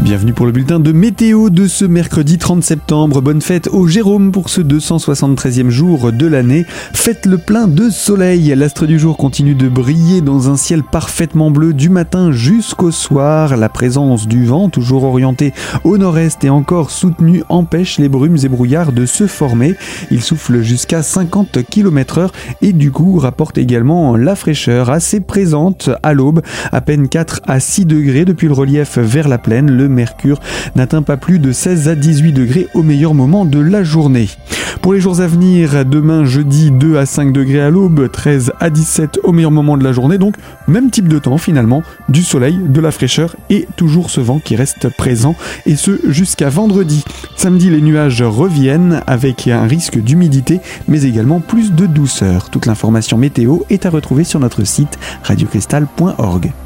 Bienvenue pour le bulletin de météo de ce mercredi 30 septembre. Bonne fête au Jérôme pour ce 273e jour de l'année. Faites le plein de soleil. L'astre du jour continue de briller dans un ciel parfaitement bleu du matin jusqu'au soir. La présence du vent, toujours orienté au nord-est et encore soutenu, empêche les brumes et brouillards de se former. Il souffle jusqu'à 50 km/h et du coup rapporte également la fraîcheur assez présente à l'aube. À peine 4 à 6 degrés depuis le relief vers la plaine. Le mercure n'atteint pas plus de 16 à 18 degrés au meilleur moment de la journée. Pour les jours à venir, demain jeudi 2 à 5 degrés à l'aube, 13 à 17 au meilleur moment de la journée, donc même type de temps finalement, du soleil, de la fraîcheur et toujours ce vent qui reste présent et ce jusqu'à vendredi. Samedi, les nuages reviennent avec un risque d'humidité mais également plus de douceur. Toute l'information météo est à retrouver sur notre site radiocristal.org.